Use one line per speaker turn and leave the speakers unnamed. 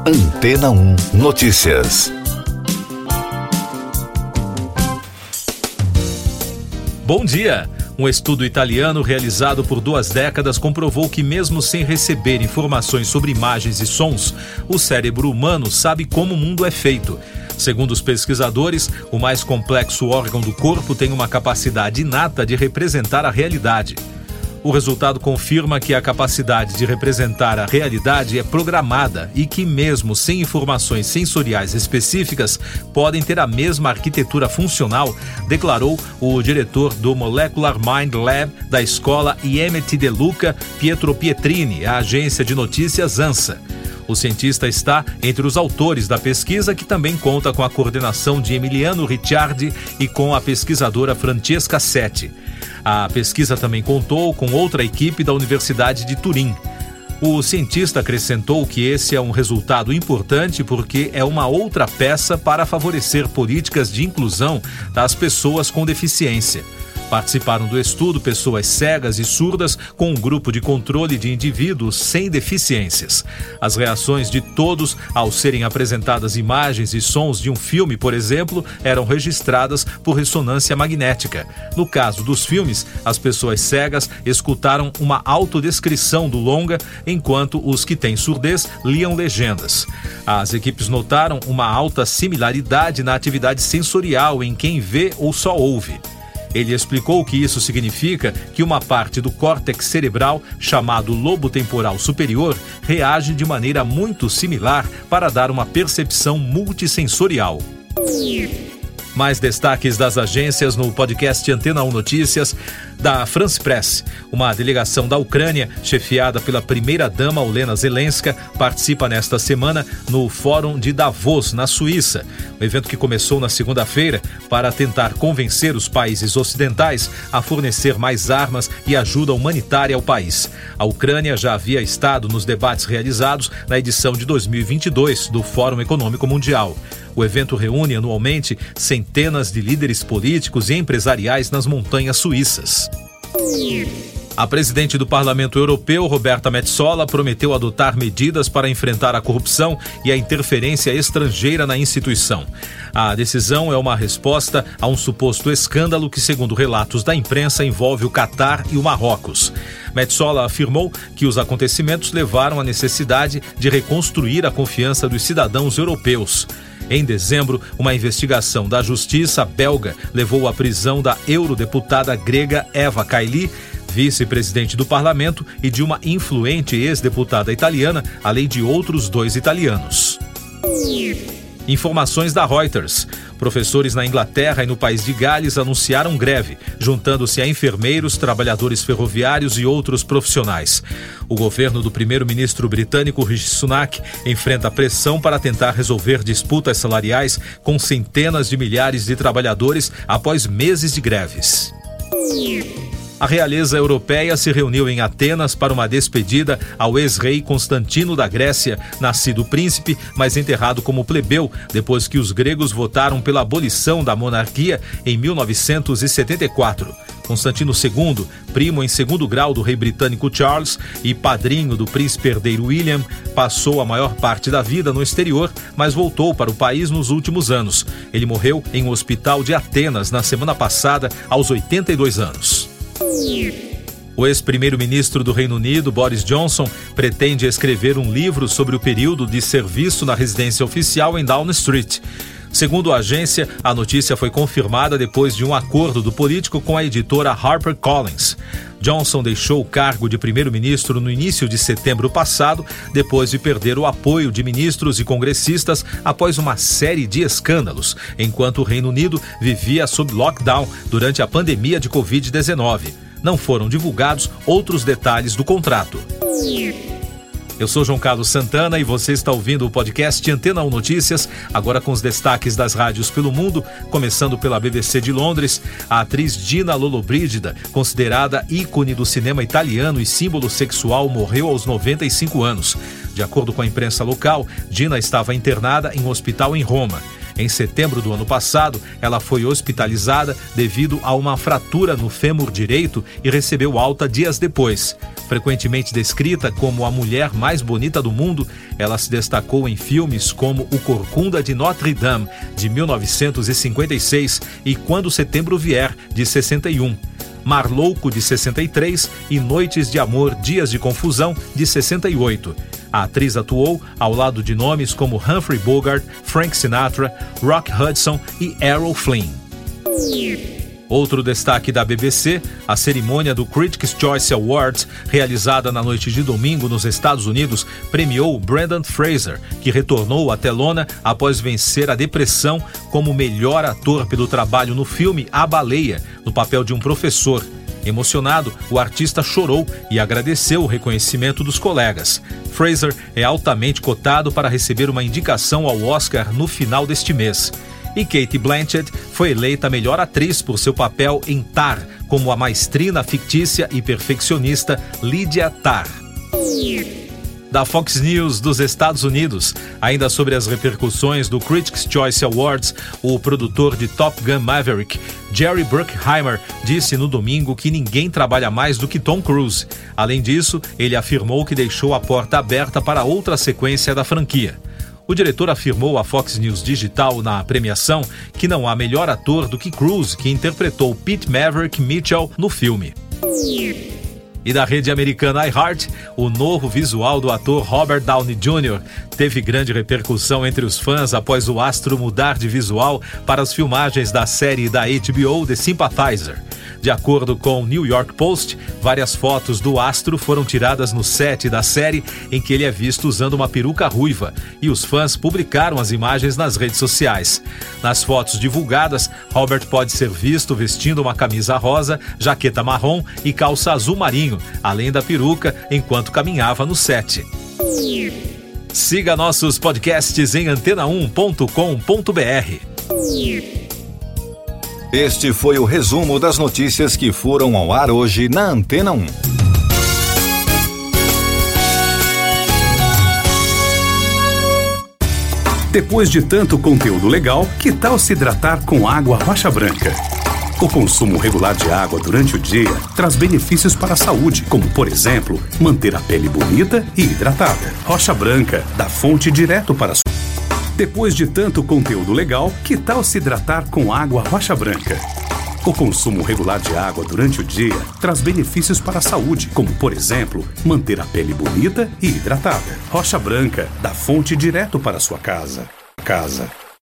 Antena 1 Notícias.
Bom dia! Um estudo italiano realizado por 2 décadas comprovou que mesmo sem receber informações sobre imagens e sons, o cérebro humano sabe como o mundo é feito. Segundo os pesquisadores, o mais complexo órgão do corpo tem uma capacidade inata de representar a realidade. O resultado confirma que a capacidade de representar a realidade é programada e que, mesmo sem informações sensoriais específicas, podem ter a mesma arquitetura funcional, declarou o diretor do Molecular Mind Lab da escola IMT de Luca, Pietro Pietrini, à agência de notícias ANSA. O cientista está entre os autores da pesquisa, que também conta com a coordenação de Emiliano Ricciardi e com a pesquisadora Francesca Setti. A pesquisa também contou com outra equipe da Universidade de Turim. O cientista acrescentou que esse é um resultado importante porque é uma outra peça para favorecer políticas de inclusão das pessoas com deficiência. Participaram do estudo pessoas cegas e surdas com um grupo de controle de indivíduos sem deficiências. As reações de todos ao serem apresentadas imagens e sons de um filme, por exemplo, eram registradas por ressonância magnética. No caso dos filmes, as pessoas cegas escutaram uma autodescrição do longa, enquanto os que têm surdez liam legendas. As equipes notaram uma alta similaridade na atividade sensorial em quem vê ou só ouve. Ele explicou que isso significa que uma parte do córtex cerebral, chamado lobo temporal superior, reage de maneira muito similar para dar uma percepção multissensorial. Mais destaques das agências no podcast Antena 1 Notícias. Da France Press, uma delegação da Ucrânia, chefiada pela primeira-dama Olena Zelenska, participa nesta semana no Fórum de Davos, na Suíça. O evento que começou na segunda-feira para tentar convencer os países ocidentais a fornecer mais armas e ajuda humanitária ao país. A Ucrânia já havia estado nos debates realizados na edição de 2022 do Fórum Econômico Mundial. O evento reúne anualmente centenas de líderes políticos e empresariais nas montanhas suíças. A presidente do Parlamento Europeu, Roberta Metsola, prometeu adotar medidas para enfrentar a corrupção e a interferência estrangeira na instituição. A decisão é uma resposta a um suposto escândalo que, segundo relatos da imprensa, envolve o Catar e o Marrocos. Metsola afirmou que os acontecimentos levaram à necessidade de reconstruir a confiança dos cidadãos europeus. Em dezembro, uma investigação da justiça belga levou à prisão da eurodeputada grega Eva Kaili, vice-presidente do parlamento, e de uma influente ex-deputada italiana, além de outros 2 italianos. Informações da Reuters. Professores na Inglaterra e no país de Gales anunciaram greve, juntando-se a enfermeiros, trabalhadores ferroviários e outros profissionais. O governo do primeiro-ministro britânico Rishi Sunak enfrenta pressão para tentar resolver disputas salariais com centenas de milhares de trabalhadores após meses de greves. A realeza europeia se reuniu em Atenas para uma despedida ao ex-rei Constantino da Grécia, nascido príncipe, mas enterrado como plebeu, depois que os gregos votaram pela abolição da monarquia em 1974. Constantino II, primo em segundo grau do rei britânico Charles e padrinho do príncipe herdeiro William, passou a maior parte da vida no exterior, mas voltou para o país nos últimos anos. Ele morreu em um hospital de Atenas na semana passada, aos 82 anos. O ex-primeiro-ministro do Reino Unido, Boris Johnson, pretende escrever um livro sobre o período de serviço na residência oficial em Downing Street. Segundo a agência, a notícia foi confirmada depois de um acordo do político com a editora HarperCollins. Johnson deixou o cargo de primeiro-ministro no início de setembro passado, depois de perder o apoio de ministros e congressistas após uma série de escândalos, enquanto o Reino Unido vivia sob lockdown durante a pandemia de Covid-19. Não foram divulgados outros detalhes do contrato. Eu sou João Carlos Santana e você está ouvindo o podcast Antena 1 Notícias, agora com os destaques das rádios pelo mundo, começando pela BBC de Londres. A atriz Gina Lollobrigida, considerada ícone do cinema italiano e símbolo sexual, morreu aos 95 anos. De acordo com a imprensa local, Gina estava internada em um hospital em Roma. Em setembro do ano passado, ela foi hospitalizada devido a uma fratura no fêmur direito e recebeu alta dias depois. Frequentemente descrita como a mulher mais bonita do mundo, ela se destacou em filmes como O Corcunda de Notre Dame, de 1956, e Quando Setembro Vier, de 61. Mar Louco, de 63, e Noites de Amor, Dias de Confusão, de 68. A atriz atuou ao lado de nomes como Humphrey Bogart, Frank Sinatra, Rock Hudson e Errol Flynn. Outro destaque da BBC, a cerimônia do Critics' Choice Awards, realizada na noite de domingo nos Estados Unidos, premiou Brendan Fraser, que retornou à telona após vencer a depressão como melhor ator pelo trabalho no filme A Baleia, no papel de um professor. Emocionado, o artista chorou e agradeceu o reconhecimento dos colegas. Fraser é altamente cotado para receber uma indicação ao Oscar no final deste mês. E Cate Blanchett foi eleita melhor atriz por seu papel em Tar, como a maestrina fictícia e perfeccionista Lydia Tarr. Da Fox News dos Estados Unidos, ainda sobre as repercussões do Critics' Choice Awards, o produtor de Top Gun Maverick, Jerry Bruckheimer, disse no domingo que ninguém trabalha mais do que Tom Cruise. Além disso, ele afirmou que deixou a porta aberta para outra sequência da franquia. O diretor afirmou à Fox News Digital na premiação que não há melhor ator do que Cruise, que interpretou Pete Maverick Mitchell no filme. E da rede americana iHeart, o novo visual do ator Robert Downey Jr. teve grande repercussão entre os fãs após o astro mudar de visual para as filmagens da série da HBO The Sympathizer. De acordo com o New York Post, várias fotos do astro foram tiradas no set da série em que ele é visto usando uma peruca ruiva, e os fãs publicaram as imagens nas redes sociais. Nas fotos divulgadas, Robert pode ser visto vestindo uma camisa rosa, jaqueta marrom e calça azul marinho, além da peruca, enquanto caminhava no set. Siga nossos podcasts em antena1.com.br.
Este foi o resumo das notícias que foram ao ar hoje na Antena 1.
Depois de tanto conteúdo legal, que tal se hidratar com água rocha branca? O consumo regular de água durante o dia traz benefícios para a saúde, como, por exemplo, manter a pele bonita e hidratada. Rocha branca, da fonte direto para a sua. Depois de tanto conteúdo legal, que tal se hidratar com água rocha branca? O consumo regular de água durante o dia traz benefícios para a saúde, como, por exemplo, manter a pele bonita e hidratada. Rocha branca, da fonte direto para a sua casa.